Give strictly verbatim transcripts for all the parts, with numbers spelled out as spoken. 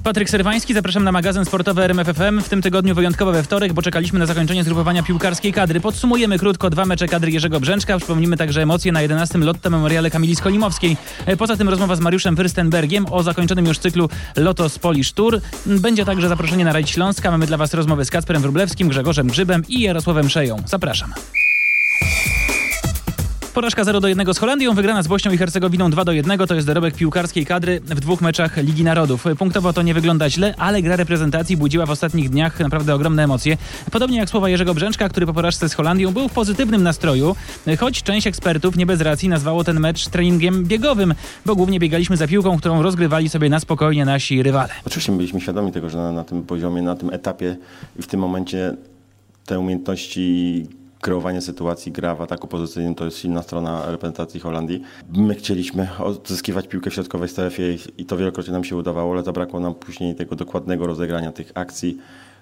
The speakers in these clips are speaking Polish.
Patryk Serwański, zapraszam na magazyn sportowy R M F F M. W tym tygodniu wyjątkowo we wtorek, bo czekaliśmy na zakończenie zgrupowania piłkarskiej kadry. Podsumujemy krótko dwa mecze kadry Jerzego Brzęczka. Przypomnimy także emocje na jedenastym Lotto Memoriale Kamili Skolimowskiej. Poza tym rozmowa z Mariuszem Fürstenbergiem o zakończonym już cyklu Lotos Polish Tour. Będzie także zaproszenie na Rajd Śląska. Mamy dla Was rozmowy z Kacprem Wróblewskim, Grzegorzem Grzybem i Jarosławem Szeją. Zapraszam. Porażka zero do jednego z Holandią, wygrana z Bośnią i Hercegowiną dwa do jednego. To jest dorobek piłkarskiej kadry w dwóch meczach Ligi Narodów. Punktowo to nie wygląda źle, ale gra reprezentacji budziła w ostatnich dniach naprawdę ogromne emocje. Podobnie jak słowa Jerzego Brzęczka, który po porażce z Holandią był w pozytywnym nastroju, choć część ekspertów nie bez racji nazwało ten mecz treningiem biegowym, bo głównie biegaliśmy za piłką, którą rozgrywali sobie na spokojnie nasi rywale. Oczywiście byliśmy świadomi tego, że na, na tym poziomie, na tym etapie i w tym momencie te umiejętności kreowanie sytuacji, gra w ataku pozycyjnym to jest silna strona reprezentacji Holandii. My chcieliśmy odzyskiwać piłkę w środkowej strefie i to wielokrotnie nam się udawało, ale zabrakło nam później tego dokładnego rozegrania tych akcji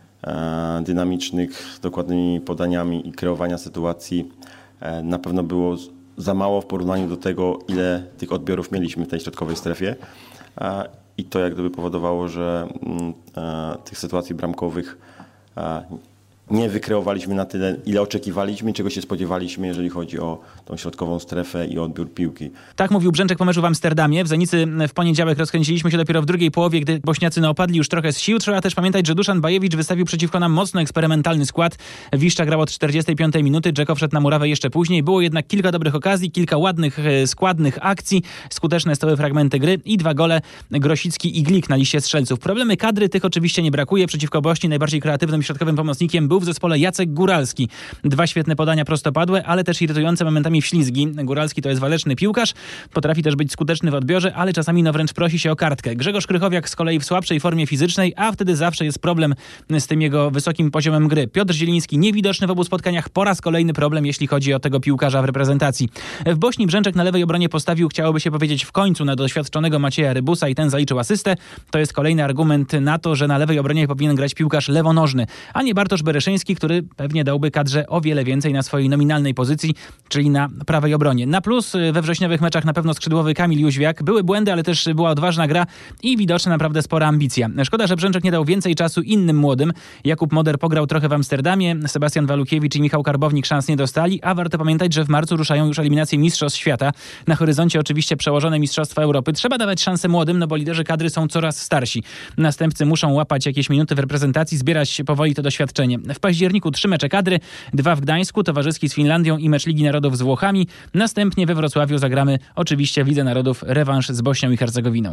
e, dynamicznych, dokładnymi podaniami i kreowania sytuacji. E, na pewno było za mało w porównaniu do tego, ile tych odbiorów mieliśmy w tej środkowej strefie. E, I to jak gdyby powodowało, że e, tych sytuacji bramkowych e, nie wykreowaliśmy na tyle, ile oczekiwaliśmy, czego się spodziewaliśmy, jeżeli chodzi o tą środkową strefę i odbiór piłki. Tak mówił Brzęczek po meczu w Amsterdamie. W Zenicy w poniedziałek rozkręciliśmy się dopiero w drugiej połowie, gdy Bośniacy no opadli już trochę z sił. Trzeba też pamiętać, że Duszan Bajewicz wystawił przeciwko nam mocno eksperymentalny skład. Wiszcza grał od czterdziestej piątej minuty, Dzeko wszedł na murawę jeszcze później. Było jednak kilka dobrych okazji, kilka ładnych, składnych akcji, skuteczne stałe fragmenty gry i dwa gole Grosicki i Glik na liście strzelców. Problemy kadry tych oczywiście nie brakuje. Przeciwko Bośni najbardziej kreatywnym środkowym pomocnikiem był w zespole Jacek Góralski. Dwa świetne podania prostopadłe, ale też irytujące momentami wślizgi. Góralski to jest waleczny piłkarz, potrafi też być skuteczny w odbiorze, ale czasami no wręcz prosi się o kartkę. Grzegorz Krychowiak z kolei w słabszej formie fizycznej, a wtedy zawsze jest problem z tym jego wysokim poziomem gry. Piotr Zieliński niewidoczny w obu spotkaniach, po raz kolejny problem, jeśli chodzi o tego piłkarza w reprezentacji. W Bośni Brzęczek na lewej obronie postawił, chciałoby się powiedzieć, w końcu na doświadczonego Macieja Rybusa i ten zaliczył asystę. To jest kolejny argument na to, że na lewej obronie powinien grać piłkarz lewonożny, a nie Bartosz Bereszyński, który pewnie dałby kadrze o wiele więcej na swojej nominalnej pozycji, czyli na prawej obronie. Na plus we wrześniowych meczach na pewno skrzydłowy Kamil Jóźwiak. Były błędy, ale też była odważna gra i widoczna naprawdę spora ambicja. Szkoda, że Brzęczek nie dał więcej czasu innym młodym. Jakub Moder pograł trochę w Amsterdamie, Sebastian Walukiewicz i Michał Karbownik szans nie dostali, a warto pamiętać, że w marcu ruszają już eliminacje Mistrzostw Świata. Na horyzoncie oczywiście przełożone Mistrzostwa Europy. Trzeba dawać szansę młodym, no bo liderzy kadry są coraz starsi. Następcy muszą łapać jakieś minuty w reprezentacji, zbierać powoli to doświadczenie. W październiku trzy mecze kadry, dwa w Gdańsku, towarzyski z Finlandią i mecz Ligi Narodów z Włochami. Następnie we Wrocławiu zagramy oczywiście w Lidze Narodów rewanż z Bośnią i Hercegowiną.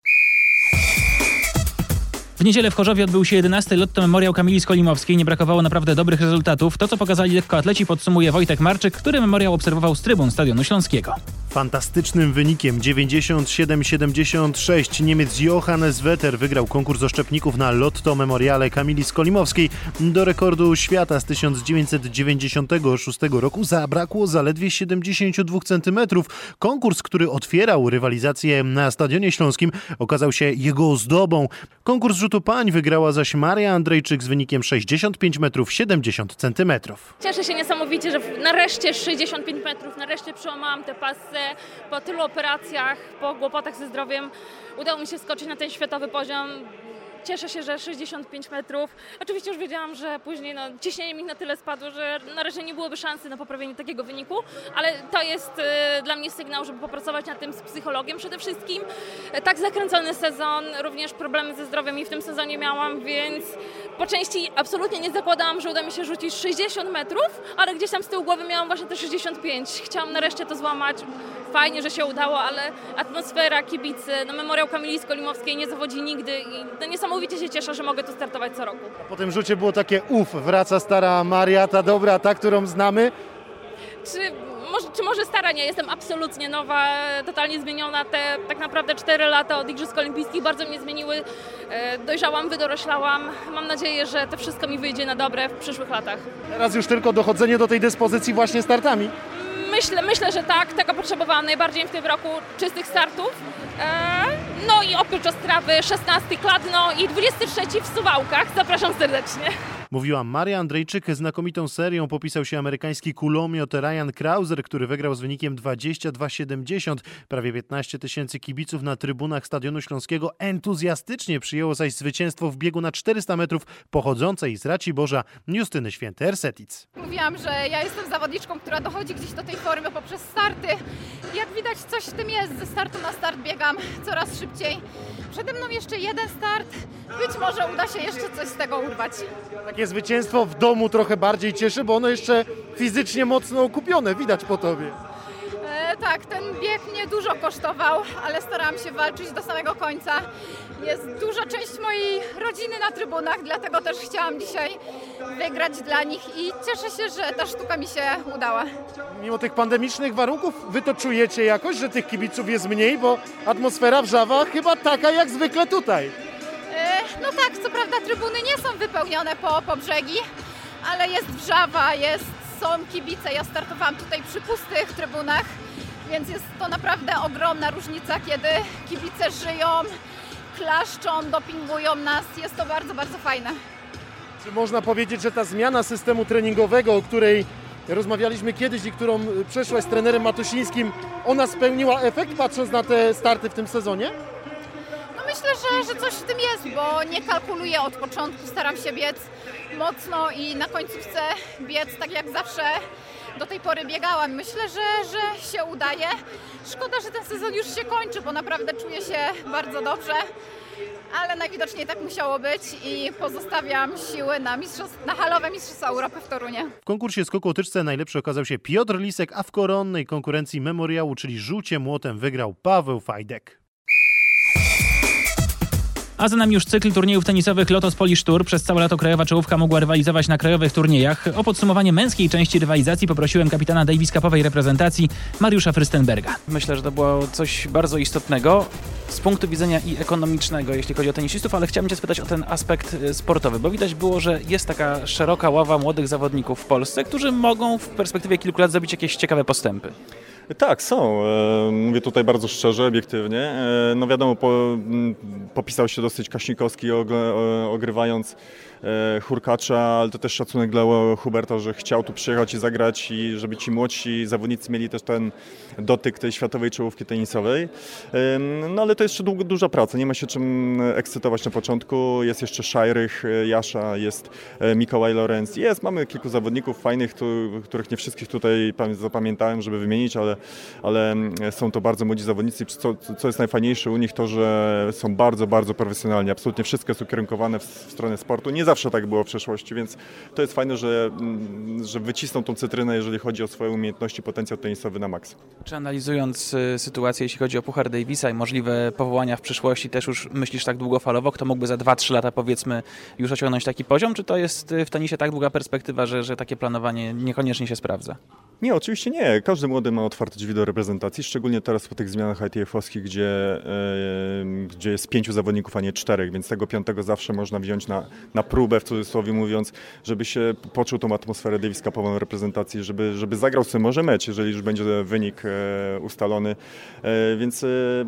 W niedzielę w Chorzowie odbył się jedenasty Lotto Memoriał Kamili Skolimowskiej. Nie brakowało naprawdę dobrych rezultatów. To, co pokazali lekkoatleci, podsumuje Wojtek Marczyk, który memoriał obserwował z trybun Stadionu Śląskiego. Fantastycznym wynikiem dziewięćdziesiąt siedem siedemdziesiąt sześć Niemiec Johannes Wetter wygrał konkurs oszczepników na Lotto Memoriale Kamili Skolimowskiej. Do rekordu świata z tysiąc dziewięćset dziewięćdziesiątego szóstego roku zabrakło zaledwie siedemdziesiąt dwa centymetrów. Konkurs, który otwierał rywalizację na Stadionie Śląskim, okazał się jego ozdobą. Konkurs rzutu pań wygrała zaś Maria Andrejczyk z wynikiem sześćdziesiąt pięć metrów siedemdziesiąt centymetrów. Cieszę się niesamowicie, że nareszcie sześćdziesiąt pięć metrów, nareszcie przełamałam tę pasę. Po tylu operacjach, po głopotach ze zdrowiem udało mi się wskoczyć na ten światowy poziom. Cieszę się, że sześćdziesiąt pięć metrów. Oczywiście już wiedziałam, że później no, ciśnienie mi na tyle spadło, że na razie nie byłoby szansy na poprawienie takiego wyniku, ale to jest y, dla mnie sygnał, żeby popracować nad tym z psychologiem przede wszystkim. Tak zakręcony sezon, również problemy ze zdrowiem i w tym sezonie miałam, więc po części absolutnie nie zakładałam, że uda mi się rzucić sześćdziesiąt metrów, ale gdzieś tam z tyłu głowy miałam właśnie te sześćdziesiąt pięć. Chciałam nareszcie to złamać. Fajnie, że się udało, ale atmosfera, kibicy, no Memoriał Kamili Skolimowskiej nie zawodzi nigdy i no, niesamowicie się cieszę, że mogę tu startować co roku. A po tym rzucie było takie uff, wraca stara Maria, ta dobra, ta, którą znamy. Czy może, czy może stara? Nie, jestem absolutnie nowa, totalnie zmieniona. Te tak naprawdę cztery lata od Igrzysk Olimpijskich bardzo mnie zmieniły. Dojrzałam, wydoroślałam. Mam nadzieję, że to wszystko mi wyjdzie na dobre w przyszłych latach. Teraz już tylko dochodzenie do tej dyspozycji właśnie startami. Myślę, myślę, że tak. Tego potrzebowałam najbardziej w tym roku, czystych startów. No i oprócz Ostrawy szesnasty Kladno i dwudziesty trzeci w Suwałkach. Zapraszam serdecznie. Mówiła Maria Andrzejczyk. Znakomitą serią popisał się amerykański kulomiot Ryan Krauser, który wygrał z wynikiem dwadzieścia dwa siedemdziesiąt. Prawie piętnaście tysięcy kibiców na trybunach Stadionu Śląskiego entuzjastycznie przyjęło zaś zwycięstwo w biegu na czterysta metrów pochodzącej z Raciborza Justyny Święty-Ersetic. Mówiłam, że ja jestem zawodniczką, która dochodzi gdzieś do tej formy poprzez starty. Jak widać, coś w tym jest. Ze startu na start biegam coraz szybciej. Przede mną jeszcze jeden start. Być może uda się jeszcze coś z tego urwać. Takie zwycięstwo w domu trochę bardziej cieszy, bo ono jeszcze fizycznie mocno okupione, widać po tobie. E, tak, ten bieg mnie dużo kosztował, ale starałam się walczyć do samego końca. Jest duża część mojej rodziny na trybunach, dlatego też chciałam dzisiaj wygrać dla nich i cieszę się, że ta sztuka mi się udała. Mimo tych pandemicznych warunków wy to czujecie jakoś, że tych kibiców jest mniej, bo atmosfera wrzawa chyba taka jak zwykle tutaj. E, no tak, co prawda trybuny nie są wypełnione po, po brzegi, ale jest wrzawa, jest, są kibice. Ja startowałam tutaj przy pustych trybunach, więc jest to naprawdę ogromna różnica, kiedy kibice żyją, klaszczą, dopingują nas. Jest to bardzo, bardzo fajne. Czy można powiedzieć, że ta zmiana systemu treningowego, o której rozmawialiśmy kiedyś i którą przeszłaś z trenerem Matusińskim, ona spełniła efekt, patrząc na te starty w tym sezonie? No myślę, że, że coś w tym jest, bo nie kalkuluję od początku, staram się biec mocno i na końcu chcę biec tak jak zawsze do tej pory biegałam. Myślę, że, że się udaje. Szkoda, że ten sezon już się kończy, bo naprawdę czuję się bardzo dobrze, ale najwidoczniej tak musiało być i pozostawiam siły na, mistrzostw, na halowe Mistrzostwa Europy w Torunie. W konkursie skoku o tyczce najlepszy okazał się Piotr Lisek, a w koronnej konkurencji memoriału, czyli rzucie młotem, wygrał Paweł Fajdek. A za nami już cykl turniejów tenisowych Lotos Polish Tour. Przez całe lato krajowa czołówka mogła rywalizować na krajowych turniejach. O podsumowanie męskiej części rywalizacji poprosiłem kapitana Davis Cupowej reprezentacji Mariusza Frystenberga. Myślę, że to było coś bardzo istotnego z punktu widzenia i ekonomicznego, jeśli chodzi o tenisistów, ale chciałbym cię spytać o ten aspekt sportowy, bo widać było, że jest taka szeroka ława młodych zawodników w Polsce, którzy mogą w perspektywie kilku lat zrobić jakieś ciekawe postępy. Tak, są. Mówię tutaj bardzo szczerze, obiektywnie. No wiadomo, po, popisał się dosyć Kaśnikowski, ogrywając Hurkacza, ale to też szacunek dla Huberta, że chciał tu przyjechać i zagrać i żeby ci młodsi zawodnicy mieli też ten dotyk tej światowej czołówki tenisowej. No ale to jeszcze długo, duża praca, nie ma się czym ekscytować na początku. Jest jeszcze Szajrych, Jasza, jest Mikołaj Lorenz. Jest, mamy kilku zawodników fajnych, których nie wszystkich tutaj zapamiętałem, żeby wymienić, ale, ale są to bardzo młodzi zawodnicy. Co, co jest najfajniejsze u nich, to że są bardzo, bardzo profesjonalni. Absolutnie wszystko jest ukierunkowane w, w stronę sportu. Nie zawsze tak było w przeszłości, więc to jest fajne, że, że wycisną tą cytrynę, jeżeli chodzi o swoje umiejętności, potencjał tenisowy na maks. Czy analizując sytuację, jeśli chodzi o Puchar Davisa i możliwe powołania w przyszłości, też już myślisz tak długofalowo, kto mógłby za dwa trzy lata powiedzmy już osiągnąć taki poziom, czy to jest w tenisie tak długa perspektywa, że, że takie planowanie niekoniecznie się sprawdza? Nie, oczywiście nie. Każdy młody ma otwarte drzwi do reprezentacji, szczególnie teraz po tych zmianach I T F-owskich, gdzie, yy, gdzie jest pięciu zawodników, a nie czterech, więc tego piątego zawsze można wziąć na, na próbę, w cudzysłowie mówiąc, żeby się poczuł tą atmosferę Davis Cupową reprezentacji, żeby, żeby zagrał sobie może mecz, jeżeli już będzie wynik e, ustalony. E, więc, e,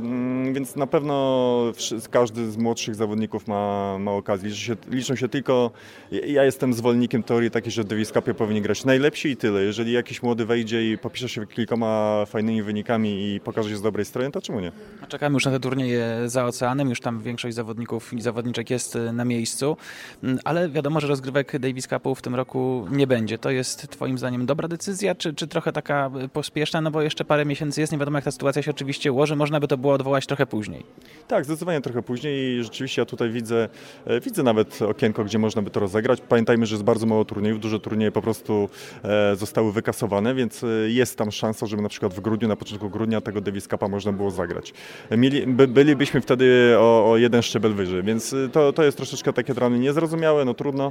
więc na pewno każdy z młodszych zawodników ma, ma okazję. Liczy się, liczą się tylko, ja jestem zwolennikiem teorii takiej, że w Davis Cupie powinni grać najlepsi i tyle. Jeżeli jakiś młody wejdzie i popisze się kilkoma fajnymi wynikami i pokaże się z dobrej strony, to czemu nie? Czekamy już na te turnieje za oceanem, już tam większość zawodników i zawodniczek jest na miejscu, ale wiadomo, że rozgrywek Davis Cupu w tym roku nie będzie. To jest twoim zdaniem dobra decyzja, czy, czy trochę taka pospieszna, no bo jeszcze parę miesięcy jest, nie wiadomo jak ta sytuacja się oczywiście ułoży, można by to było odwołać trochę później. Tak, zdecydowanie trochę później i rzeczywiście ja tutaj widzę, widzę nawet okienko, gdzie można by to rozegrać. Pamiętajmy, że jest bardzo mało turniejów, duże turnieje po prostu zostały wykasowane, więc jest tam szansa, żeby na przykład w grudniu, na początku grudnia tego Davis Cupa można było zagrać. Mieli, by, bylibyśmy wtedy o, o jeden szczebel wyżej, więc to, to jest troszeczkę takie dla mnie niezrozumiałe, no trudno.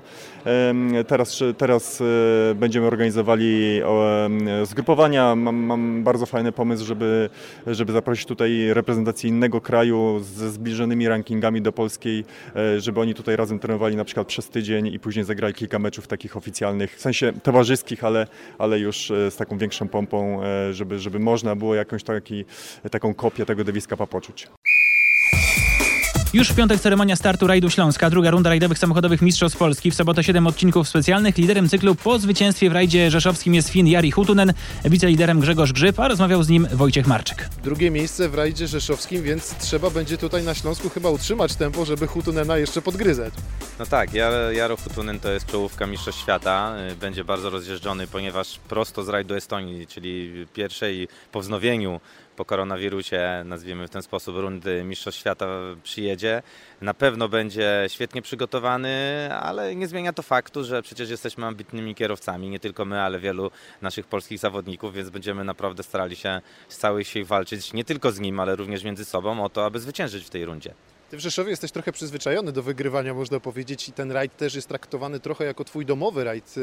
Teraz, teraz będziemy organizowali zgrupowania. Mam, mam bardzo fajny pomysł, żeby, żeby zaprosić tutaj reprezentację innego kraju ze zbliżonymi rankingami do polskiej, żeby oni tutaj razem trenowali na przykład przez tydzień i później zagrali kilka meczów takich oficjalnych, w sensie towarzyskich, ale, ale już z taką większą pompą, żeby, żeby można było jakąś taki, taką kopię tego Davis Cupa poczuć. Już w piątek ceremonia startu rajdu Śląska, druga runda rajdowych samochodowych Mistrzostw Polski. W sobotę siedem odcinków specjalnych. Liderem cyklu po zwycięstwie w rajdzie rzeszowskim jest Fin Jari Huttunen, wiceliderem Grzegorz Grzyb, a rozmawiał z nim Wojciech Marczyk. Drugie miejsce w rajdzie rzeszowskim, więc trzeba będzie tutaj na Śląsku chyba utrzymać tempo, żeby Huttunena jeszcze podgryzać. No tak, Jar, Jaro Huttunen to jest czołówka Mistrzostw Świata. Będzie bardzo rozjeżdżony, ponieważ prosto z rajdu Estonii, czyli pierwszej po wznowieniu po koronawirusie, nazwijmy w ten sposób, rundy Mistrzostw Świata przyjedzie. Na pewno będzie świetnie przygotowany, ale nie zmienia to faktu, że przecież jesteśmy ambitnymi kierowcami, nie tylko my, ale wielu naszych polskich zawodników, więc będziemy naprawdę starali się z całej siły walczyć, nie tylko z nim, ale również między sobą o to, aby zwyciężyć w tej rundzie. Ty w Rzeszowie jesteś trochę przyzwyczajony do wygrywania, można powiedzieć, i ten rajd też jest traktowany trochę jako twój domowy rajd.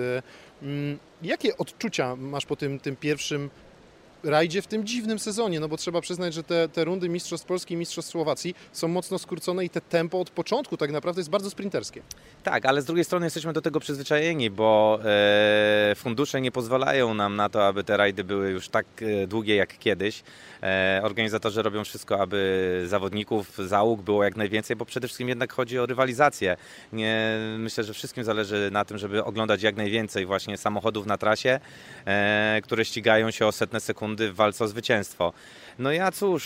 Jakie odczucia masz po tym, tym pierwszym rajdzie w tym dziwnym sezonie? No bo trzeba przyznać, że te, te rundy Mistrzostw Polski i Mistrzostw Słowacji są mocno skrócone i te tempo od początku tak naprawdę jest bardzo sprinterskie. Tak, ale z drugiej strony jesteśmy do tego przyzwyczajeni, bo e, fundusze nie pozwalają nam na to, aby te rajdy były już tak e, długie jak kiedyś. E, organizatorzy robią wszystko, aby zawodników, załóg było jak najwięcej, bo przede wszystkim jednak chodzi o rywalizację. Nie, myślę, że wszystkim zależy na tym, żeby oglądać jak najwięcej właśnie samochodów na trasie, e, które ścigają się o setne sekundy w walce o zwycięstwo. No ja cóż,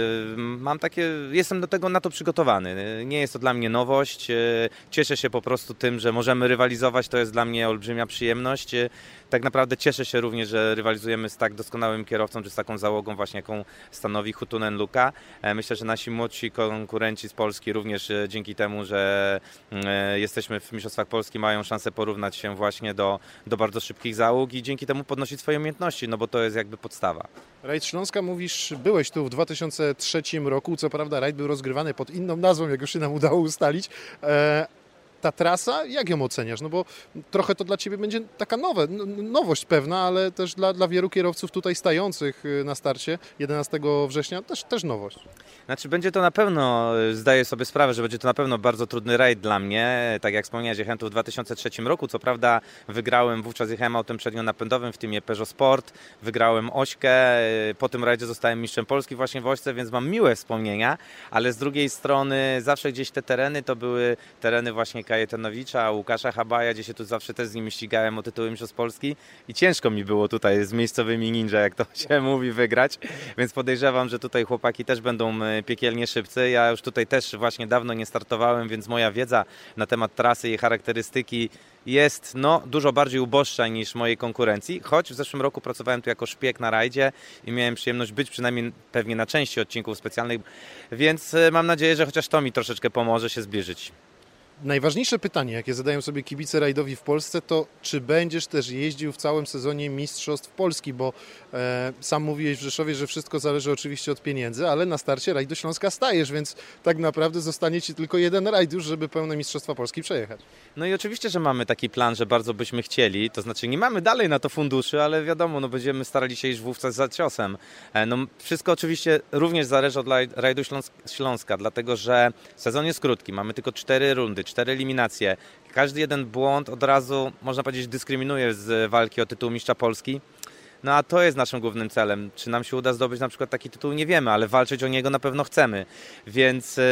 mam takie, jestem do tego na to przygotowany. Nie jest to dla mnie nowość. Cieszę się po prostu tym, że możemy rywalizować. To jest dla mnie olbrzymia przyjemność. Tak naprawdę cieszę się również, że rywalizujemy z tak doskonałym kierowcą, czy z taką załogą właśnie, jaką stanowi Huttunen Luka. Myślę, że nasi młodsi konkurenci z Polski również dzięki temu, że jesteśmy w Mistrzostwach Polski, mają szansę porównać się właśnie do, do bardzo szybkich załóg i dzięki temu podnosić swoje umiejętności, no bo to jest jakby podstawa. Rajd Śląska, mówisz, byłeś tu w dwa tysiące trzecim roku, co prawda rajd był rozgrywany pod inną nazwą, jak już się nam udało ustalić. E, ta trasa, jak ją oceniasz? No bo trochę to dla Ciebie będzie taka nowe, nowość pewna, ale też dla, dla wielu kierowców tutaj stających na starcie jedenastego września też, też nowość. Znaczy będzie to na pewno, zdaję sobie sprawę, że będzie to na pewno bardzo trudny rajd dla mnie. Tak jak wspomniałeś, jechałem tu w dwa tysiące trzecim roku, co prawda wygrałem, wówczas jechałem autem przednionapędowym w teamie Peugeot Sport, wygrałem Ośkę, po tym rajdzie zostałem mistrzem Polski właśnie w Ośce, więc mam miłe wspomnienia, ale z drugiej strony zawsze gdzieś te tereny to były tereny właśnie Kajetanowicza, Łukasza Habaja, gdzie się tu zawsze też z nimi ścigałem o tytuły mistrzostw Polski i ciężko mi było tutaj z miejscowymi ninja, jak to się mówi, wygrać, więc podejrzewam, że tutaj chłopaki też będą piekielnie szybcy. Ja już tutaj też właśnie dawno nie startowałem, więc moja wiedza na temat trasy i charakterystyki jest no, dużo bardziej uboższa niż mojej konkurencji, choć w zeszłym roku pracowałem tu jako szpieg na rajdzie i miałem przyjemność być przynajmniej pewnie na części odcinków specjalnych, więc mam nadzieję, że chociaż to mi troszeczkę pomoże się zbliżyć. Najważniejsze pytanie, jakie zadają sobie kibice rajdowi w Polsce, to czy będziesz też jeździł w całym sezonie Mistrzostw Polski, bo e, sam mówiłeś w Rzeszowie, że wszystko zależy oczywiście od pieniędzy, ale na starcie rajd do Śląska stajesz, więc tak naprawdę zostanie Ci tylko jeden rajd już, żeby pełne Mistrzostwa Polski przejechać. No i oczywiście, że mamy taki plan, że bardzo byśmy chcieli, to znaczy nie mamy dalej na to funduszy, ale wiadomo, no będziemy starali się iść wówczas za ciosem. E, no wszystko oczywiście również zależy od rajdu Śląska, dlatego że sezon jest krótki, mamy tylko cztery rundy, cztery eliminacje. Każdy jeden błąd od razu, można powiedzieć, dyskryminuje z walki o tytuł mistrza Polski. No a to jest naszym głównym celem. Czy nam się uda zdobyć na przykład taki tytuł, nie wiemy, ale walczyć o niego na pewno chcemy. Więc yy,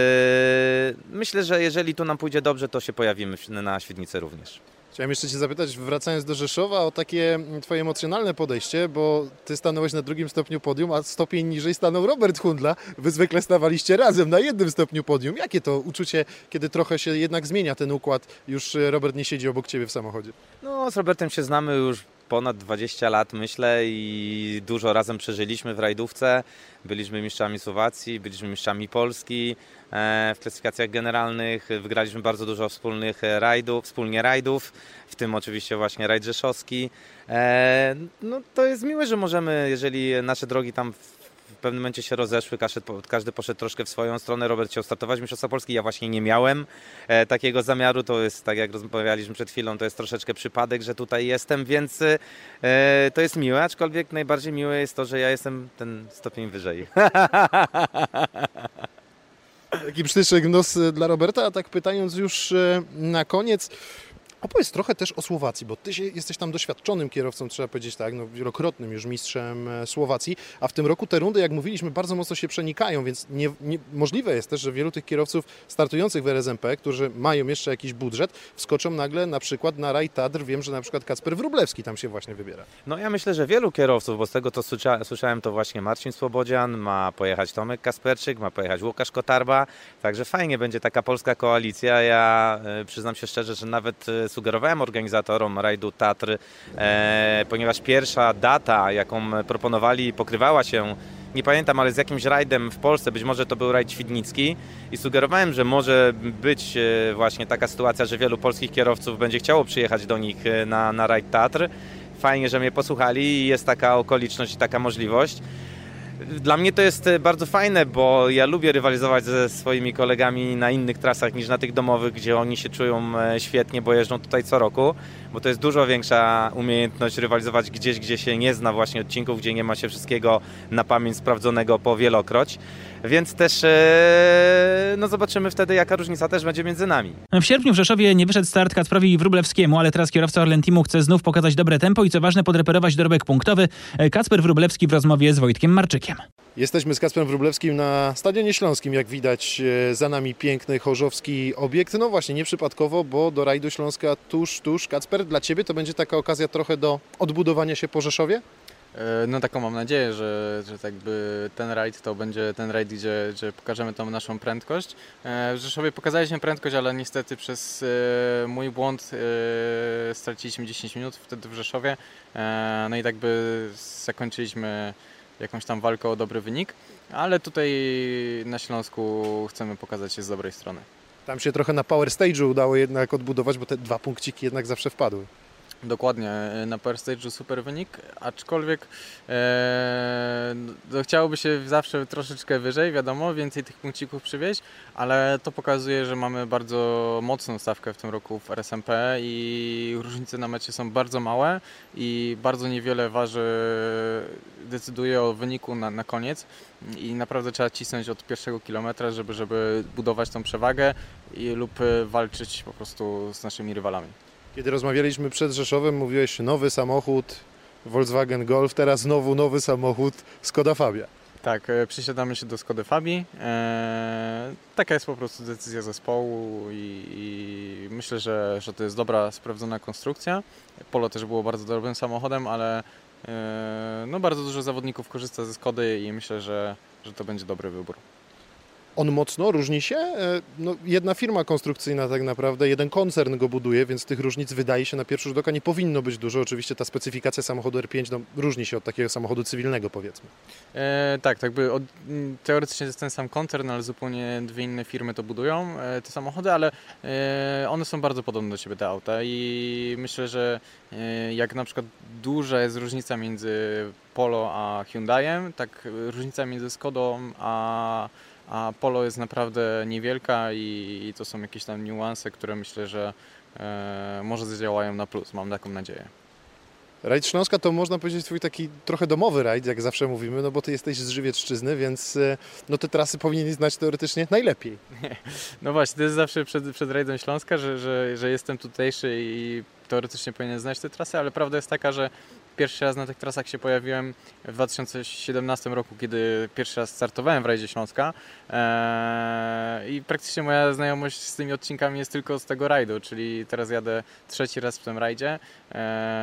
myślę, że jeżeli tu nam pójdzie dobrze, to się pojawimy na Świdnicy również. Chciałem jeszcze Cię zapytać, wracając do Rzeszowa, o takie Twoje emocjonalne podejście, bo Ty stanąłeś na drugim stopniu podium, a stopień niżej stanął Robert Hundla. Wy zwykle stawaliście razem na jednym stopniu podium. Jakie to uczucie, kiedy trochę się jednak zmienia ten układ, już Robert nie siedzi obok Ciebie w samochodzie? No, z Robertem się znamy już ponad dwadzieścia lat, myślę, i dużo razem przeżyliśmy w rajdówce. Byliśmy mistrzami Słowacji, byliśmy mistrzami Polski w klasyfikacjach generalnych, wygraliśmy bardzo dużo wspólnych rajdów, wspólnie rajdów, w tym oczywiście właśnie rajd rzeszowski. No, to jest miłe, że możemy, jeżeli nasze drogi tam w pewnym momencie się rozeszły, każdy poszedł troszkę w swoją stronę. Robert chciał startować Mistrzostwa Polski, ja właśnie nie miałem e, takiego zamiaru. To jest, tak jak rozmawialiśmy przed chwilą, to jest troszeczkę przypadek, że tutaj jestem, więc e, to jest miłe, aczkolwiek najbardziej miłe jest to, że ja jestem ten stopień wyżej. Taki psztyczek w nos dla Roberta, a tak pytając już na koniec Opowiedz trochę też o Słowacji, bo ty się, jesteś tam doświadczonym kierowcą, trzeba powiedzieć tak, no, wielokrotnym już mistrzem Słowacji, a w tym roku te rundy, jak mówiliśmy, bardzo mocno się przenikają, więc nie, nie, możliwe jest też, że wielu tych kierowców startujących w R S M P, którzy mają jeszcze jakiś budżet, wskoczą nagle na przykład na Rajd Tatr. Wiem, że na przykład Kacper Wróblewski tam się właśnie wybiera. No ja myślę, że wielu kierowców, bo z tego co słysza, słyszałem, to właśnie Marcin Słobodzian, ma pojechać Tomek Kasperczyk, ma pojechać Łukasz Kotarba, także fajnie będzie taka polska koalicja. Ja e, przyznam się szczerze, że nawet e, sugerowałem organizatorom rajdu Tatr, e, ponieważ pierwsza data, jaką proponowali, pokrywała się, nie pamiętam, ale z jakimś rajdem w Polsce, być może to był rajd świdnicki i sugerowałem, że może być e, właśnie taka sytuacja, że wielu polskich kierowców będzie chciało przyjechać do nich e, na, na rajd Tatr. Fajnie, że mnie posłuchali i jest taka okoliczność i taka możliwość. Dla mnie to jest bardzo fajne, bo ja lubię rywalizować ze swoimi kolegami na innych trasach niż na tych domowych, gdzie oni się czują świetnie, bo jeżdżą tutaj co roku, bo to jest dużo większa umiejętność rywalizować gdzieś, gdzie się nie zna właśnie odcinków, gdzie nie ma się wszystkiego na pamięć sprawdzonego po wielokroć. Więc też no zobaczymy wtedy, jaka różnica też będzie między nami. W sierpniu w Rzeszowie nie wyszedł start Kacprowi Wróblewskiemu, ale teraz kierowca Orlen Teamu chce znów pokazać dobre tempo i co ważne podreperować dorobek punktowy. Kacper Wróblewski w rozmowie z Wojtkiem Marczykiem. Jesteśmy z Kacprem Wróblewskim na Stadionie Śląskim, jak widać za nami piękny chorzowski obiekt. No właśnie, nieprzypadkowo, bo do rajdu Śląska tuż, tuż. Kacper, dla Ciebie to będzie taka okazja trochę do odbudowania się po Rzeszowie? No taką mam nadzieję, że, że tak by ten rajd to będzie ten rajd, gdzie, gdzie pokażemy tą naszą prędkość. W Rzeszowie pokazaliśmy prędkość, ale niestety przez mój błąd straciliśmy dziesięć minut wtedy w Rzeszowie. No i tak by zakończyliśmy jakąś tam walkę o dobry wynik, ale tutaj na Śląsku chcemy pokazać się z dobrej strony. Tam się trochę na Power Stage'u udało jednak odbudować, bo te dwa punkciki jednak zawsze wpadły. Dokładnie, na Power Stage'u super wynik, aczkolwiek e, no, chciałoby się zawsze troszeczkę wyżej, wiadomo, więcej tych punkcików przywieźć, ale to pokazuje, że mamy bardzo mocną stawkę w tym roku w R S M P i różnice na mecie są bardzo małe i bardzo niewiele waży, decyduje o wyniku na, na koniec i naprawdę trzeba cisnąć od pierwszego kilometra, żeby, żeby budować tą przewagę i, lub walczyć po prostu z naszymi rywalami. Kiedy rozmawialiśmy przed Rzeszowem, mówiłeś nowy samochód Volkswagen Golf, teraz znowu nowy samochód Skoda Fabia. Tak, przysiadamy się do Skody Fabii. Eee, taka jest po prostu decyzja zespołu i, i myślę, że, że to jest dobra, sprawdzona konstrukcja. Polo też było bardzo dobrym samochodem, ale e, no bardzo dużo zawodników korzysta ze Skody i myślę, że, że to będzie dobry wybór. On mocno różni się? No, jedna firma konstrukcyjna tak naprawdę, jeden koncern go buduje, więc tych różnic wydaje się na pierwszy rzut oka nie powinno być dużo. Oczywiście ta specyfikacja samochodu R pięć no, różni się od takiego samochodu cywilnego, powiedzmy. E, tak, tak by od, teoretycznie jest ten sam koncern, ale zupełnie dwie inne firmy to budują, e, te samochody, ale e, one są bardzo podobne do siebie, te auta i myślę, że e, jak na przykład duża jest różnica między Polo a Hyundaiem, tak różnica między Skodą a A Polo jest naprawdę niewielka i, i to są jakieś tam niuanse, które myślę, że e, może zadziałają na plus. Mam taką nadzieję. Rajd Śląska to można powiedzieć twój taki trochę domowy rajd, jak zawsze mówimy, no bo ty jesteś z Żywiecczyzny, więc no te trasy powinien znać teoretycznie najlepiej. No właśnie, to jest zawsze przed, przed rajdem Śląska, że, że, że jestem tutejszy i teoretycznie powinien znać te trasy, ale prawda jest taka, że pierwszy raz na tych trasach się pojawiłem w dwa tysiące siedemnastym roku, kiedy pierwszy raz startowałem w rajdzie Śląska eee, i praktycznie moja znajomość z tymi odcinkami jest tylko z tego rajdu, czyli teraz jadę trzeci raz w tym rajdzie. Eee,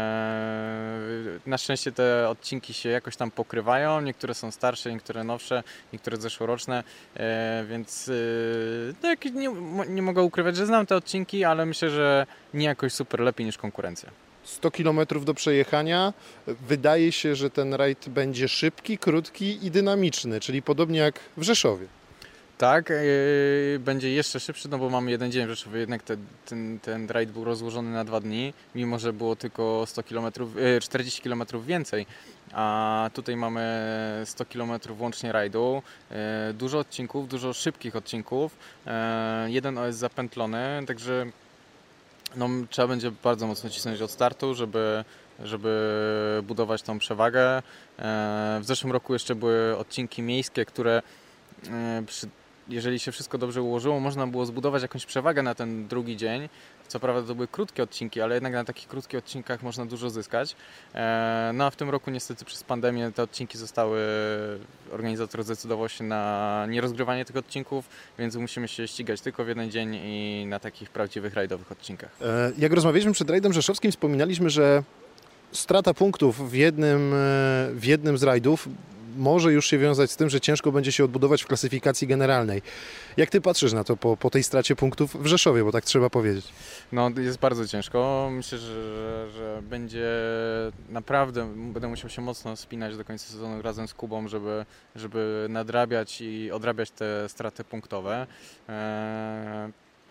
na szczęście te odcinki się jakoś tam pokrywają, niektóre są starsze, niektóre nowsze, niektóre zeszłoroczne, eee, więc eee, no, nie, nie mogę ukrywać, że znam te odcinki, ale myślę, że nie jakoś super lepiej niż konkurencja. sto kilometrów do przejechania. Wydaje się, że ten rajd będzie szybki, krótki i dynamiczny, czyli podobnie jak w Rzeszowie. Tak, yy, będzie jeszcze szybszy, no bo mamy jeden dzień w Rzeszowie, jednak te, ten, ten rajd był rozłożony na dwa dni, mimo że było tylko sto kilometrów, yy, czterdzieści kilometrów więcej, a tutaj mamy sto kilometrów łącznie rajdu, yy, dużo odcinków, dużo szybkich odcinków, yy, jeden jest zapętlony, także no, trzeba będzie bardzo mocno cisnąć od startu, żeby, żeby budować tą przewagę. W zeszłym roku jeszcze były odcinki miejskie, które przy, jeżeli się wszystko dobrze ułożyło, można było zbudować jakąś przewagę na ten drugi dzień. W Co prawda to były krótkie odcinki, ale jednak na takich krótkich odcinkach można dużo zyskać. No a w tym roku niestety przez pandemię te odcinki zostały, organizator zdecydował się na nierozgrywanie tych odcinków, więc musimy się ścigać tylko w jeden dzień i na takich prawdziwych rajdowych odcinkach. Jak rozmawialiśmy przed rajdem rzeszowskim, wspominaliśmy, że strata punktów w jednym, w jednym z rajdów może już się wiązać z tym, że ciężko będzie się odbudować w klasyfikacji generalnej. Jak ty patrzysz na to po, po tej stracie punktów w Rzeszowie, bo tak trzeba powiedzieć? No jest bardzo ciężko. Myślę, że, że, że będzie naprawdę, będę musiał się mocno spinać do końca sezonu razem z Kubą, żeby, żeby nadrabiać i odrabiać te straty punktowe. Eee...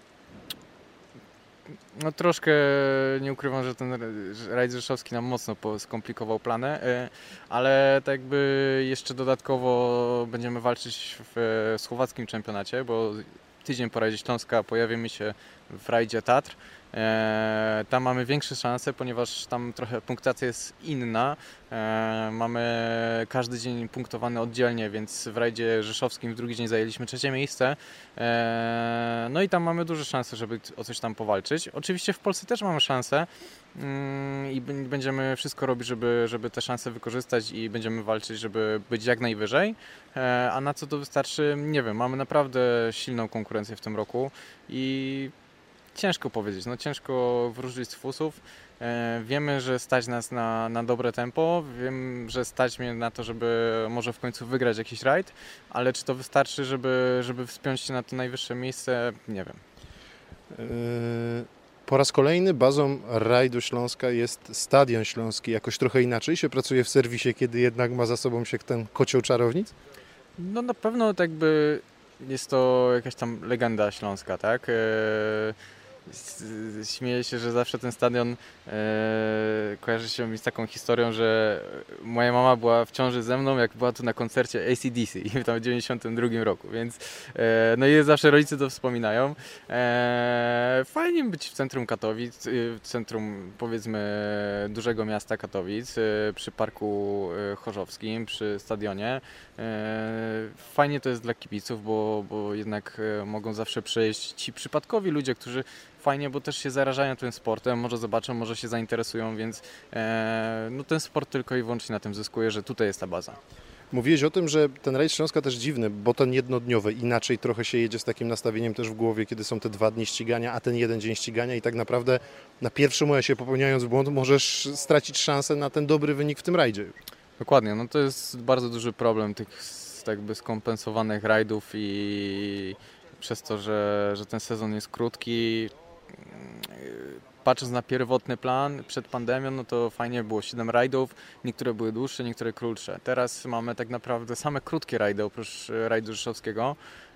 No troszkę nie ukrywam, że ten rajd rzeszowski nam mocno skomplikował plany, ale tak jakby jeszcze dodatkowo będziemy walczyć w słowackim czempionacie, bo tydzień po rajdzie Śląska pojawimy się w rajdzie Tatr. E, tam mamy większe szanse, ponieważ tam trochę punktacja jest inna. E, mamy każdy dzień punktowany oddzielnie, więc w rajdzie rzeszowskim w drugi dzień zajęliśmy trzecie miejsce. E, no i tam mamy duże szanse, żeby o coś tam powalczyć. Oczywiście w Polsce też mamy szanse mm, i będziemy wszystko robić, żeby, żeby te szanse wykorzystać i będziemy walczyć, żeby być jak najwyżej. E, a na co to wystarczy? Nie wiem, mamy naprawdę silną konkurencję w tym roku i ciężko powiedzieć, no ciężko wróżyć z fusów. E, wiemy, że stać nas na, na dobre tempo, wiem, że stać mnie na to, żeby może w końcu wygrać jakiś rajd, ale czy to wystarczy, żeby, żeby wspiąć się na to najwyższe miejsce, nie wiem. Yy, po raz kolejny bazą rajdu Śląska jest Stadion Śląski. Jakoś trochę inaczej się pracuje w serwisie, kiedy jednak ma za sobą się ten kocioł czarownic? No na pewno tak by jest to jakaś tam legenda śląska, tak? E, Śmieję się, że zawsze ten stadion e, kojarzy się mi z taką historią, że moja mama była w ciąży ze mną, jak była tu na koncercie A C D C tam w dziewięćdziesiątym drugim roku, więc e, no i zawsze rodzice to wspominają. E, fajnie być w centrum Katowic, w centrum powiedzmy dużego miasta Katowic, e, przy Parku Chorzowskim, przy stadionie. E, fajnie to jest dla kibiców, bo, bo jednak mogą zawsze przyjść ci przypadkowi ludzie, którzy fajnie, bo też się zarażają tym sportem, może zobaczą, może się zainteresują, więc e, no ten sport tylko i wyłącznie na tym zyskuje, że tutaj jest ta baza. Mówiłeś o tym, że ten rajd Śląska też dziwny, bo ten jednodniowy, inaczej trochę się jedzie z takim nastawieniem też w głowie, kiedy są te dwa dni ścigania, a ten jeden dzień ścigania i tak naprawdę na pierwszym ojasie popełniając błąd możesz stracić szansę na ten dobry wynik w tym rajdzie. Dokładnie, no to jest bardzo duży problem tych tak jakby skompensowanych rajdów i przez to, że, że ten sezon jest krótki. Patrząc na pierwotny plan przed pandemią, no to fajnie było siedem rajdów, niektóre były dłuższe, niektóre krótsze. Teraz mamy tak naprawdę same krótkie rajdy oprócz rajdu rzeszowskiego.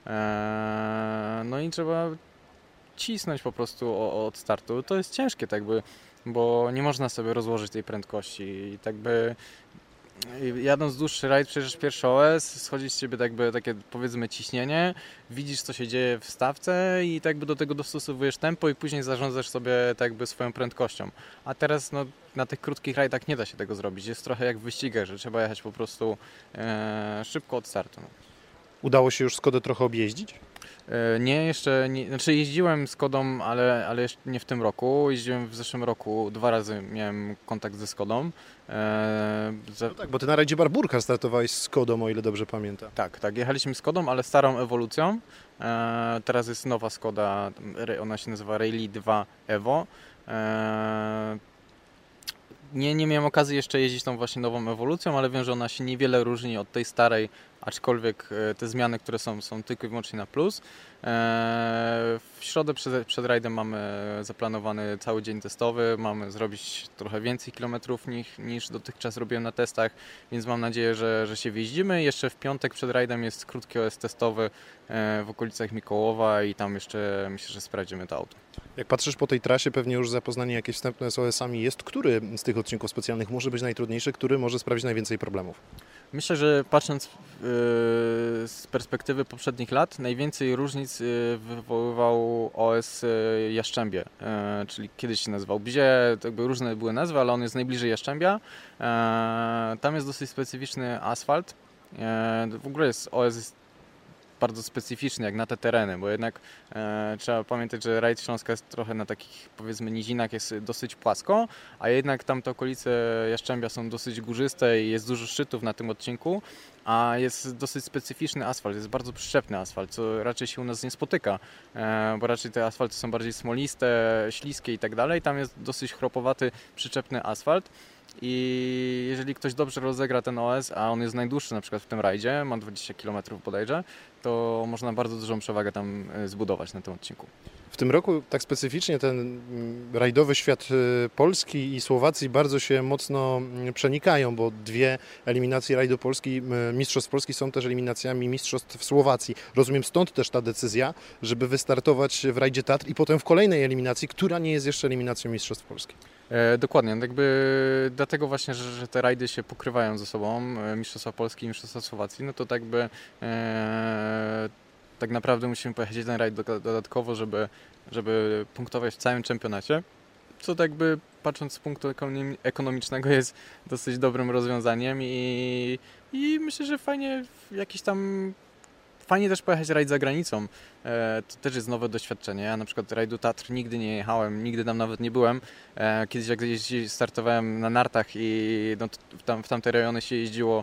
No i trzeba cisnąć po prostu od startu. To jest ciężkie tak by, bo nie można sobie rozłożyć tej prędkości i tak by jadąc dłuższy rajd, przecież pierwszy O S, schodzi z ciebie tak by takie powiedzmy ciśnienie, widzisz co się dzieje w stawce i tak by do tego dostosowujesz tempo i później zarządzasz sobie tak by swoją prędkością. A teraz no, na tych krótkich rajdach nie da się tego zrobić. Jest trochę jak w wyścigach, że trzeba jechać po prostu e, szybko od startu. No. Udało się już Skodę trochę objeździć? Nie, jeszcze nie, znaczy jeździłem Skodą, ale, ale jeszcze nie w tym roku. Jeździłem w zeszłym roku, dwa razy miałem kontakt ze Skodą. Eee, za... No tak, bo ty na rajdzie Barburka startowałeś z Skodą, o ile dobrze pamiętam. Tak, tak, jechaliśmy Skodą, ale starą ewolucją. Eee, teraz jest nowa Skoda, ona się nazywa Rally dwa Evo. Eee, Nie, nie miałem okazji jeszcze jeździć tą właśnie nową ewolucją, ale wiem, że ona się niewiele różni od tej starej, aczkolwiek te zmiany, które są, są tylko i wyłącznie na plus. W środę przed, przed rajdem mamy zaplanowany cały dzień testowy, mamy zrobić trochę więcej kilometrów niż, niż dotychczas robiłem na testach, więc mam nadzieję, że, że się wjeździmy. Jeszcze w piątek przed rajdem jest krótki O S testowy w okolicach Mikołowa i tam jeszcze myślę, że sprawdzimy to auto. Jak patrzysz po tej trasie, pewnie już zapoznanie jakieś wstępne z O S-ami jest. Który z tych odcinków specjalnych może być najtrudniejszy, który może sprawić najwięcej problemów? Myślę, że patrząc yy, z perspektywy poprzednich lat, najwięcej różnic yy, wywoływał O S yy, Jaszczębie, yy, czyli kiedyś się nazywał Bzie, jakby różne były nazwy, ale on jest najbliżej Jaszczębia. Yy, tam jest dosyć specyficzny asfalt. Yy, w ogóle jest O S jest bardzo specyficzny jak na te tereny, bo jednak e, trzeba pamiętać, że rajd Śląska jest trochę na takich, powiedzmy, nizinach, jest dosyć płasko, a jednak tamte okolice Jastrzębia są dosyć górzyste i jest dużo szczytów na tym odcinku, a jest dosyć specyficzny asfalt, jest bardzo przyczepny asfalt, co raczej się u nas nie spotyka, e, bo raczej te asfalty są bardziej smoliste, śliskie i tak dalej, tam jest dosyć chropowaty, przyczepny asfalt. I jeżeli ktoś dobrze rozegra ten O S, a on jest najdłuższy na przykład w tym rajdzie, ma dwadzieścia kilometrów bodajże, to można bardzo dużą przewagę tam zbudować na tym odcinku. W tym roku tak specyficznie ten rajdowy świat Polski i Słowacji bardzo się mocno przenikają, bo dwie eliminacje rajdu Polski, Mistrzostw Polski są też eliminacjami Mistrzostw w Słowacji. Rozumiem, stąd też ta decyzja, żeby wystartować w rajdzie Tatr i potem w kolejnej eliminacji, która nie jest jeszcze eliminacją Mistrzostw Polski. E, dokładnie, jakby dlatego właśnie, że, że te rajdy się pokrywają ze sobą, Mistrzostwa Polski i Mistrzostwa Słowacji, no to tak by e, tak naprawdę musimy pojechać jeden rajd dodatkowo, żeby, żeby punktować w całym czempionacie, co tak by patrząc z punktu ekonomicznego jest dosyć dobrym rozwiązaniem i, i myślę, że fajnie jakiś tam Fajnie też pojechać rajd za granicą, to też jest nowe doświadczenie. Ja na przykład rajdu Tatr nigdy nie jechałem, nigdy tam nawet nie byłem. Kiedyś jak startowałem na nartach i no, tam, w tamte rejony się jeździło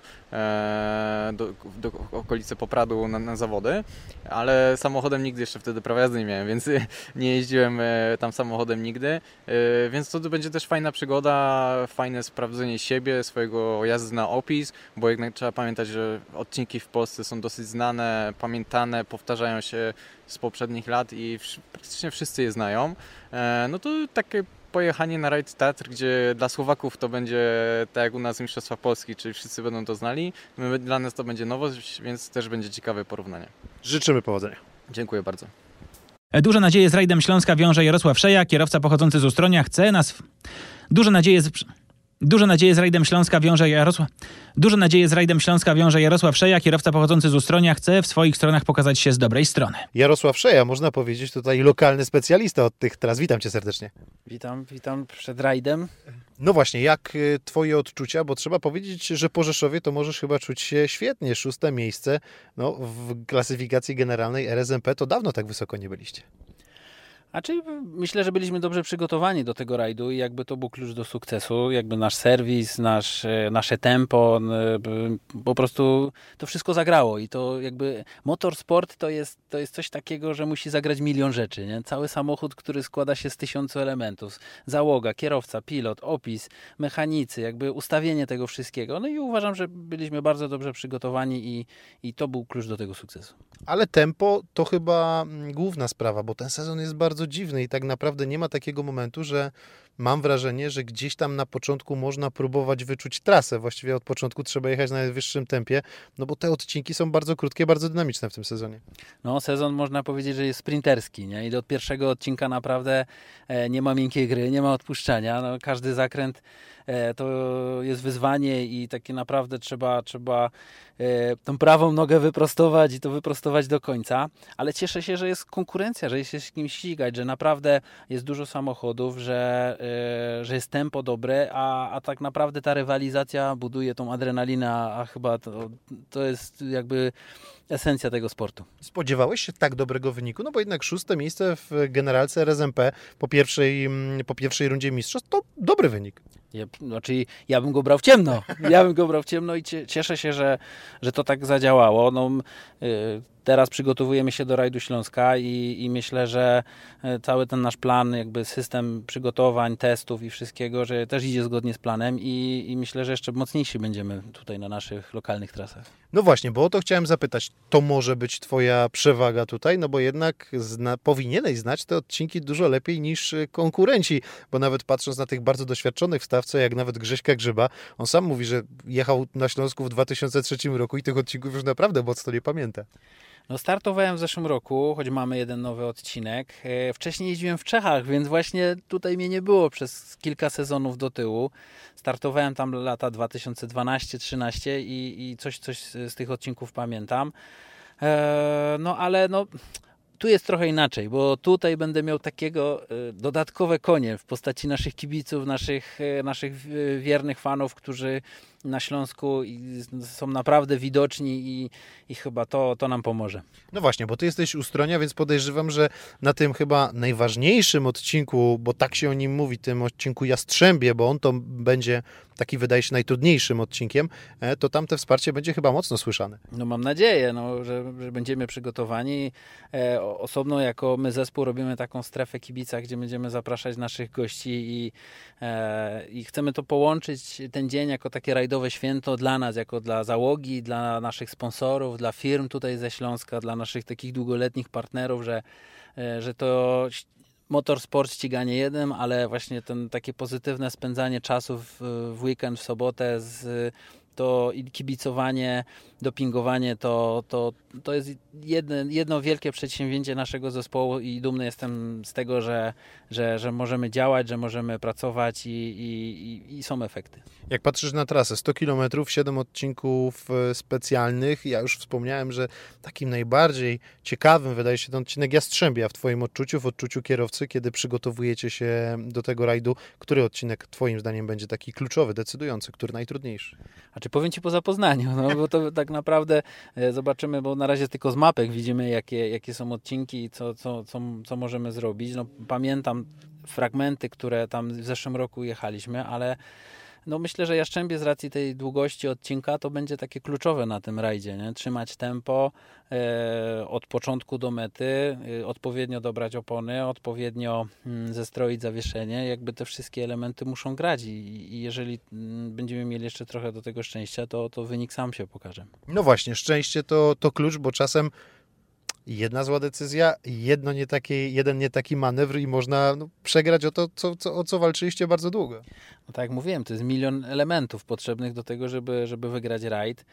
do, do okolicy Popradu na, na zawody, ale samochodem nigdy jeszcze wtedy prawa jazdy nie miałem, więc nie jeździłem tam samochodem nigdy. Więc to będzie też fajna przygoda, fajne sprawdzenie siebie, swojego jazdy na opis, bo jednak trzeba pamiętać, że odcinki w Polsce są dosyć znane, pamiętane, powtarzają się z poprzednich lat i praktycznie wszyscy je znają. No to takie pojechanie na rajd Tatr, gdzie dla Słowaków to będzie tak jak u nas Mistrzostwa Polski, czyli wszyscy będą to znali. My, dla nas to będzie nowość, więc też będzie ciekawe porównanie. Życzymy powodzenia. Dziękuję bardzo. Duże nadzieje z rajdem Śląska wiąże Jarosław Szeja, kierowca pochodzący z Ustronia chce nas... Duże nadzieje z... Duże nadzieje z rajdem Śląska wiąże Jarosław... Duże nadzieje z rajdem Śląska wiąże Jarosław Szeja, kierowca pochodzący z Ustronia chce w swoich stronach pokazać się z dobrej strony. Jarosław Szeja, można powiedzieć tutaj lokalny specjalista od tych tras. Witam Cię serdecznie. Witam, witam przed rajdem. No właśnie, jak Twoje odczucia, bo trzeba powiedzieć, że po Rzeszowie to możesz chyba czuć się świetnie. Szóste miejsce no, w klasyfikacji generalnej R S M P, to dawno tak wysoko nie byliście. A czyli myślę, że byliśmy dobrze przygotowani do tego rajdu i jakby to był klucz do sukcesu, jakby nasz serwis, nasz, nasze tempo, po prostu to wszystko zagrało i to jakby motorsport to jest, to jest coś takiego, że musi zagrać milion rzeczy, nie? Cały samochód, który składa się z tysiącu elementów, załoga, kierowca, pilot, opis, mechanicy, jakby ustawienie tego wszystkiego, no i uważam, że byliśmy bardzo dobrze przygotowani i, i to był klucz do tego sukcesu. Ale tempo to chyba główna sprawa, bo ten sezon jest bardzo dziwny i tak naprawdę nie ma takiego momentu, że mam wrażenie, że gdzieś tam na początku można próbować wyczuć trasę. Właściwie od początku trzeba jechać na najwyższym tempie, no bo te odcinki są bardzo krótkie, bardzo dynamiczne w tym sezonie. No sezon można powiedzieć, że jest sprinterski, nie? I od pierwszego odcinka naprawdę nie ma miękkiej gry, nie ma odpuszczania. No, każdy zakręt to jest wyzwanie i takie naprawdę trzeba, trzeba tą prawą nogę wyprostować i to wyprostować do końca. Ale cieszę się, że jest konkurencja, że jest się z kim ścigać, że naprawdę jest dużo samochodów, że, że jest tempo dobre, a, a tak naprawdę ta rywalizacja buduje tą adrenalinę, a, a chyba to, to jest jakby esencja tego sportu. Spodziewałeś się tak dobrego wyniku? No bo jednak szóste miejsce w generalce R S M P po pierwszej, po pierwszej rundzie mistrzostw to dobry wynik. Ja, znaczy ja bym go brał w ciemno. Ja bym go brał w ciemno i cieszę się, że, że to tak zadziałało. No, yy, teraz przygotowujemy się do rajdu Śląska i, i myślę, że cały ten nasz plan, jakby system przygotowań, testów i wszystkiego, że też idzie zgodnie z planem i, i myślę, że jeszcze mocniejsi będziemy tutaj na naszych lokalnych trasach. No właśnie, bo o to chciałem zapytać. To może być Twoja przewaga tutaj? No bo jednak zna, powinieneś znać te odcinki dużo lepiej niż konkurenci, bo nawet patrząc na tych bardzo doświadczonych w stawce, jak nawet Grześka Grzyba, on sam mówi, że jechał na Śląsku w dwa tysiące trzecim roku i tych odcinków już naprawdę mocno nie pamięta. No startowałem w zeszłym roku, choć mamy jeden nowy odcinek. Wcześniej jeździłem w Czechach, więc właśnie tutaj mnie nie było przez kilka sezonów do tyłu. Startowałem tam lata dwa tysiące dwanaście trzynaście i, i coś, coś z tych odcinków pamiętam. No ale no... Tu jest trochę inaczej, bo tutaj będę miał takiego dodatkowe konie w postaci naszych kibiców, naszych, naszych wiernych fanów, którzy na Śląsku i są naprawdę widoczni i, i chyba to, to nam pomoże. No właśnie, bo ty jesteś Ustronia, więc podejrzewam, że na tym chyba najważniejszym odcinku, bo tak się o nim mówi, tym odcinku Jastrzębie, bo on to będzie taki, wydaje się, najtrudniejszym odcinkiem, to tam te wsparcie będzie chyba mocno słyszane. No mam nadzieję, no, że, że będziemy przygotowani. E, osobno jako my zespół robimy taką strefę kibica, gdzie będziemy zapraszać naszych gości i, e, i chcemy to połączyć, ten dzień jako takie rajdowe święto dla nas, jako dla załogi, dla naszych sponsorów, dla firm tutaj ze Śląska, dla naszych takich długoletnich partnerów, że, e, że to motorsport, ściganie jednym, ale właśnie ten takie pozytywne spędzanie czasu w, w weekend, w sobotę z to i kibicowanie, dopingowanie, to, to, to jest jedno, jedno wielkie przedsięwzięcie naszego zespołu i dumny jestem z tego, że, że, że możemy działać, że możemy pracować i, i, i są efekty. Jak patrzysz na trasę, sto kilometrów, siedem odcinków specjalnych, ja już wspomniałem, że takim najbardziej ciekawym wydaje się ten odcinek Jastrzębia w twoim odczuciu, w odczuciu kierowcy, kiedy przygotowujecie się do tego rajdu. Który odcinek twoim zdaniem będzie taki kluczowy, decydujący, który najtrudniejszy? A czy powiem ci po zapoznaniu, no bo to tak naprawdę zobaczymy, bo na razie tylko z mapek widzimy, jakie, jakie są odcinki i co, co, co, co możemy zrobić. No, pamiętam fragmenty, które tam w zeszłym roku jechaliśmy, ale no myślę, że Jastrzębie z racji tej długości odcinka to będzie takie kluczowe na tym rajdzie, nie? Trzymać tempo e, od początku do mety, e, odpowiednio dobrać opony, odpowiednio mm, zestroić zawieszenie, jakby te wszystkie elementy muszą grać i, i jeżeli mm, będziemy mieli jeszcze trochę do tego szczęścia, to, to wynik sam się pokaże. No właśnie, szczęście to, to klucz, bo czasem jedna zła decyzja, jedno nie taki, jeden nie taki manewr i można no, przegrać o to, co, co, o co walczyliście bardzo długo. No tak jak mówiłem, to jest milion elementów potrzebnych do tego, żeby, żeby wygrać rajd.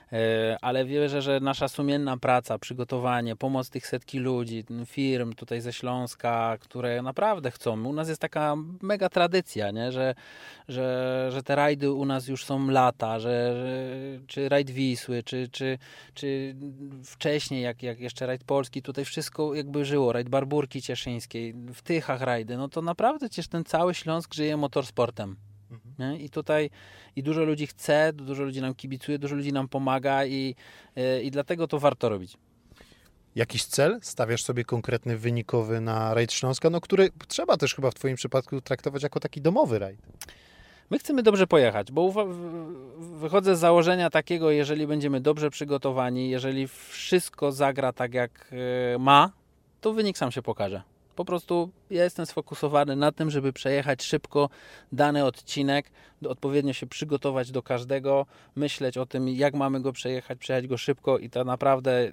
Ale wierzę, że nasza sumienna praca, przygotowanie, pomoc tych setki ludzi, firm tutaj ze Śląska, które naprawdę chcą. U nas jest taka mega tradycja, nie? Że, że, że te rajdy u nas już są lata, że, że czy rajd Wisły, czy, czy, czy wcześniej, jak, jak jeszcze rajd Polski, tutaj wszystko jakby żyło. Rajd Barburki Cieszyńskiej, w Tychach rajdy. No to naprawdę przecież ten cały Śląsk żyje motorsportem. Nie? I tutaj i dużo ludzi chce, dużo ludzi nam kibicuje, dużo ludzi nam pomaga i, yy, i dlatego to warto robić. Jakiś cel? Stawiasz sobie konkretny, wynikowy na rajd Śląska, no który trzeba też chyba w twoim przypadku traktować jako taki domowy rajd. My chcemy dobrze pojechać, bo wychodzę z założenia takiego, jeżeli będziemy dobrze przygotowani, jeżeli wszystko zagra tak jak ma, to wynik sam się pokaże. Po prostu ja jestem sfokusowany na tym, żeby przejechać szybko dany odcinek, odpowiednio się przygotować do każdego, myśleć o tym, jak mamy go przejechać, przejechać go szybko i to naprawdę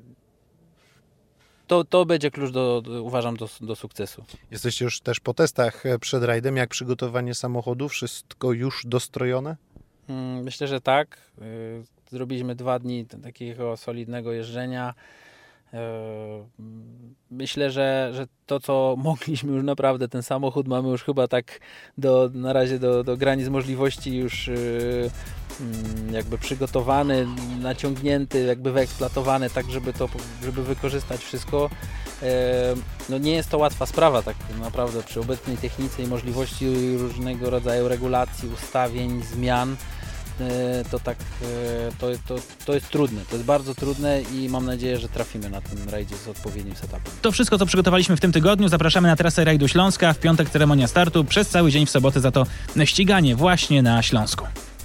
to, to będzie klucz, do, do, uważam, do, do sukcesu. Jesteście już też po testach przed rajdem. Jak przygotowanie samochodu? Wszystko już dostrojone? Myślę, że tak. Zrobiliśmy dwa dni takiego solidnego jeżdżenia. Myślę, że, że to, co mogliśmy już naprawdę, ten samochód mamy już chyba tak do, na razie do, do granic możliwości już jakby przygotowany, naciągnięty, jakby wyeksploatowany, tak żeby to, żeby wykorzystać wszystko. No nie jest to łatwa sprawa tak naprawdę przy obecnej technice i możliwości różnego rodzaju regulacji, ustawień, zmian. To tak, to, to, to jest trudne, to jest bardzo trudne i mam nadzieję, że trafimy na tym rajdzie z odpowiednim setupem. To wszystko, co przygotowaliśmy w tym tygodniu. Zapraszamy na trasę rajdu Śląska. W piątek ceremonia startu, przez cały dzień w sobotę za to ściganie właśnie na Śląsku.